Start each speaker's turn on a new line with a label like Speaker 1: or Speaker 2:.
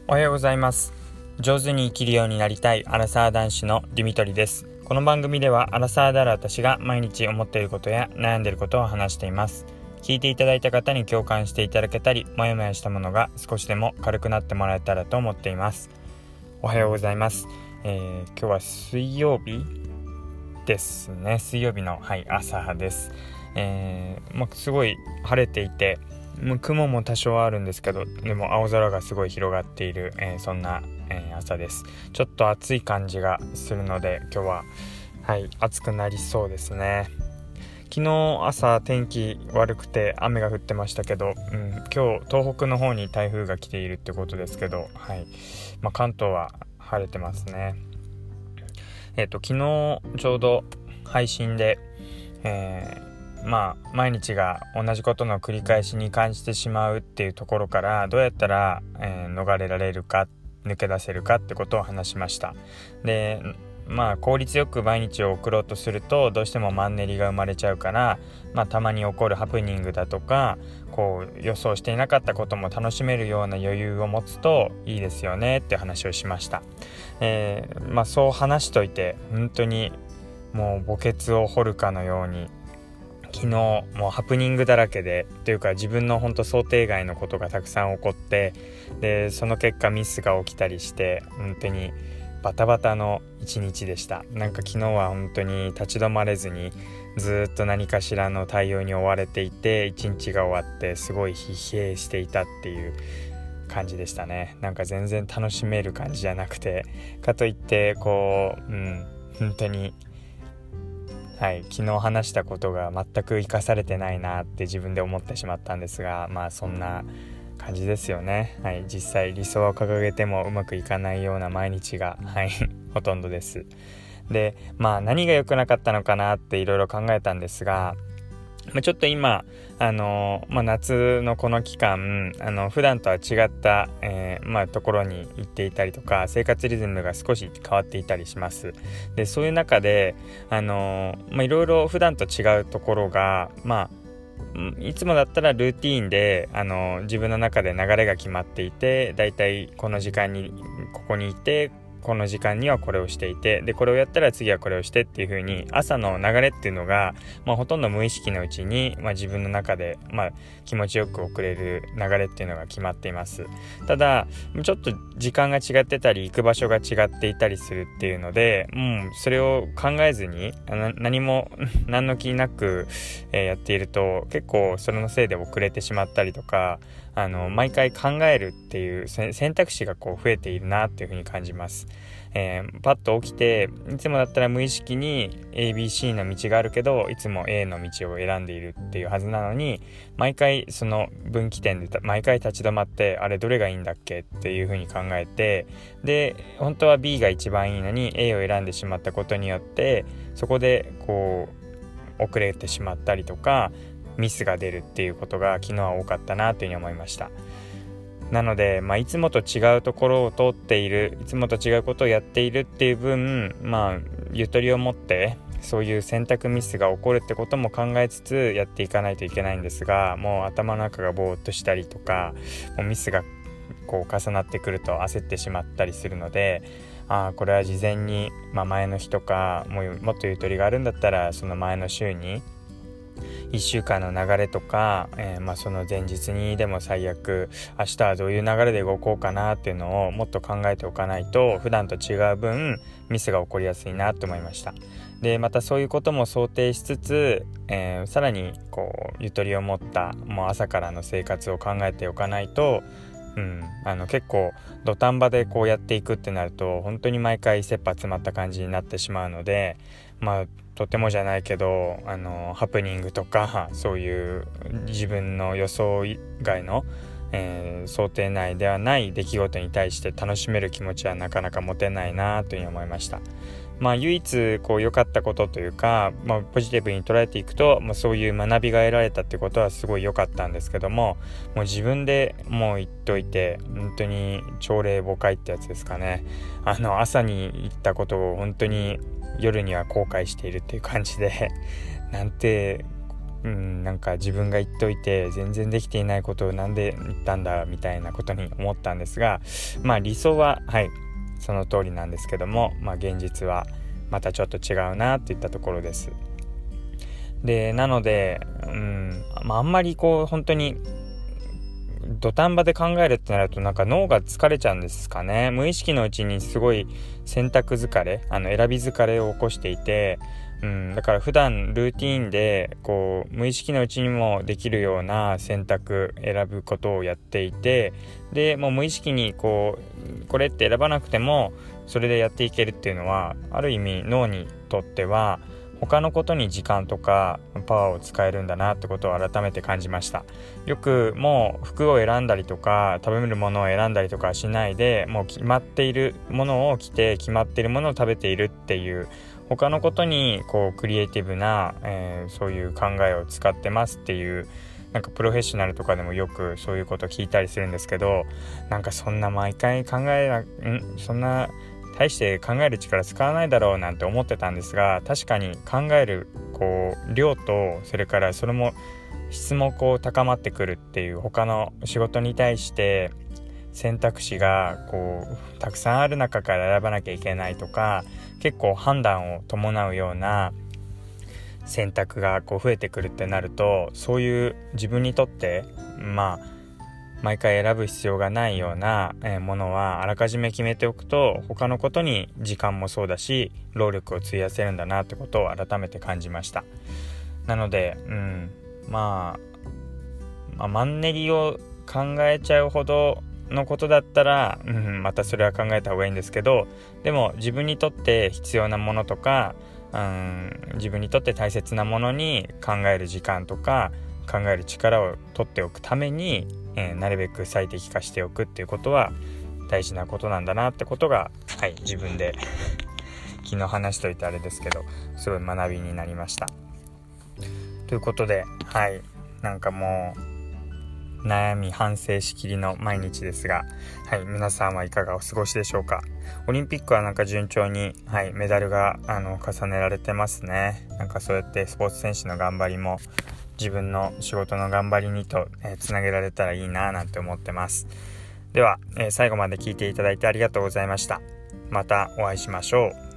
Speaker 1: おはようございます。上手に生きるようになりたいアラサー男子のディミトリです。この番組ではアラサーである私が毎日思っていることや悩んでいることを話しています。聞いていただいた方に共感していただけたり、もやもやしたものが少しでも軽くなってもらえたらと思っています。おはようございます。今日は水曜日ですね。水曜日の、朝です。すごい晴れていて、雲も多少あるんですけど、でも青空がすごい広がっている、そんな、朝です。ちょっと暑い感じがするので今日は暑くなりそうですね。昨日朝天気悪くて雨が降ってましたけど、今日東北の方に台風が来ているってことですけど、関東は晴れてますね。昨日ちょうど配信で、毎日が同じことの繰り返しに感じてしまうっていうところからどうやったら、逃れられるか、抜け出せるかってことを話しました。で、効率よく毎日を送ろうとするとどうしてもマンネリが生まれちゃうから、たまに起こるハプニングだとか、予想していなかったことも楽しめるような余裕を持つといいですよねって話をしました。そう話しといて本当にもう墓穴を掘るかのように昨日もうハプニングだらけで、というか自分の本当想定外のことがたくさん起こって、でその結果ミスが起きたりして本当にバタバタの一日でした。昨日は本当に立ち止まれずにずっと何かしらの対応に追われていて、一日が終わってすごい疲弊していたっていう感じでしたね。全然楽しめる感じじゃなくて、かといって本当に昨日話したことが全く生かされてないなって自分で思ってしまったんですが、そんな感じですよね。実際理想を掲げてもうまくいかないような毎日がほとんどです。で、何が良くなかったのかなっていろいろ考えたんですが、ちょっと今夏のこの期間普段とは違った、ところに行っていたりとか、生活リズムが少し変わっていたりします。でそういう中でいろいろ普段と違うところがいつもだったらルーティーンで自分の中で流れが決まっていて、だいたいこの時間にここにいて、この時間にはこれをしていて、でこれをやったら次はこれをしてっていう風に朝の流れっていうのが、ほとんど無意識のうちに、自分の中で、気持ちよく送れる流れっていうのが決まっています。ただちょっと時間が違ってたり行く場所が違っていたりするっていうので、それを考えずに何の気なく、やっていると結構それのせいで遅れてしまったりとか、毎回考えるっていう選択肢が増えているなっていうふうに感じます。パッと起きて、いつもだったら無意識に ABC の道があるけどいつも A の道を選んでいるっていうはずなのに、毎回その分岐点で毎回立ち止まって、あれどれがいいんだっけっていうふうに考えて、で本当は B が一番いいのに A を選んでしまったことによって、そこで遅れてしまったりとかミスが出るっていうことが昨日は多かったなというふうに思いました。なので、いつもと違うところを通っている、いつもと違うことをやっているっていう分、ゆとりを持ってそういう選択ミスが起こるってことも考えつつやっていかないといけないんですが、もう頭の中がぼーっとしたりとか、もうミスが重なってくると焦ってしまったりするので、これは事前に、前の日とかもっとゆとりがあるんだったらその前の週に1週間の流れとか、その前日にでも最悪明日はどういう流れで動こうかなっていうのをもっと考えておかないと、普段と違う分ミスが起こりやすいなと思いました。でまたそういうことも想定しつつ、さらにゆとりを持ったもう朝からの生活を考えておかないと、結構土壇場でやっていくってなると本当に毎回切羽詰まった感じになってしまうので、とてもじゃないけどハプニングとかそういう自分の予想外の、想定内ではない出来事に対して楽しめる気持ちはなかなか持てないなというふうに思いました。唯一良かったことというか、ポジティブに捉えていくと、そういう学びが得られたってことはすごい良かったんですけども、もう自分でもう言っといて本当に朝令暮改ってやつですかね。朝に言ったことを本当に夜には後悔しているっていう感じでなんてなんか自分が言っといて全然できていないことをなんで言ったんだみたいなことに思ったんですが、理想はその通りなんですけども、現実はまたちょっと違うなっていったところです。でなのであんまり本当に土壇場で考えるってなるとなんか脳が疲れちゃうんですかね。無意識のうちにすごい選択疲れ、選び疲れを起こしていて、だから普段ルーティーンで無意識のうちにもできるような選ぶことをやっていて、でもう無意識にこれって選ばなくてもそれでやっていけるっていうのは、ある意味脳にとっては他のことに時間とかパワーを使えるんだなってことを改めて感じました。よくもう服を選んだりとか食べるものを選んだりとかしないで、もう決まっているものを着て決まっているものを食べているっていう、他のことにクリエイティブな、そういう考えを使ってますっていう、なんかプロフェッショナルとかでもよくそういうこと聞いたりするんですけど、なんかそんな毎回そんな大して考える力使わないだろうなんて思ってたんですが、確かに考える量と、それからそれも質も高まってくるっていう、他の仕事に対して選択肢がたくさんある中から選ばなきゃいけないとか、結構判断を伴うような選択が増えてくるってなると、そういう自分にとって毎回選ぶ必要がないようなものはあらかじめ決めておくと、他のことに時間もそうだし労力を費やせるんだなってことを改めて感じました。なのでマンネリを考えちゃうほどのことだったら、またそれは考えた方がいいんですけど、でも自分にとって必要なものとか、自分にとって大切なものに考える時間とか考える力を取っておくために、なるべく最適化しておくっていうことは大事なことなんだなってことが、自分で昨日話しといてあれですけど、すごい学びになりました。ということで、なんかもう悩み反省しきりの毎日ですが、皆さんはいかがお過ごしでしょうか。オリンピックはなんか順調に、メダルが重ねられてますね。なんかそうやってスポーツ選手の頑張りも自分の仕事の頑張りにと、つなげられたらいいななんて思ってます。では、最後まで聞いていただいてありがとうございました。またお会いしましょう。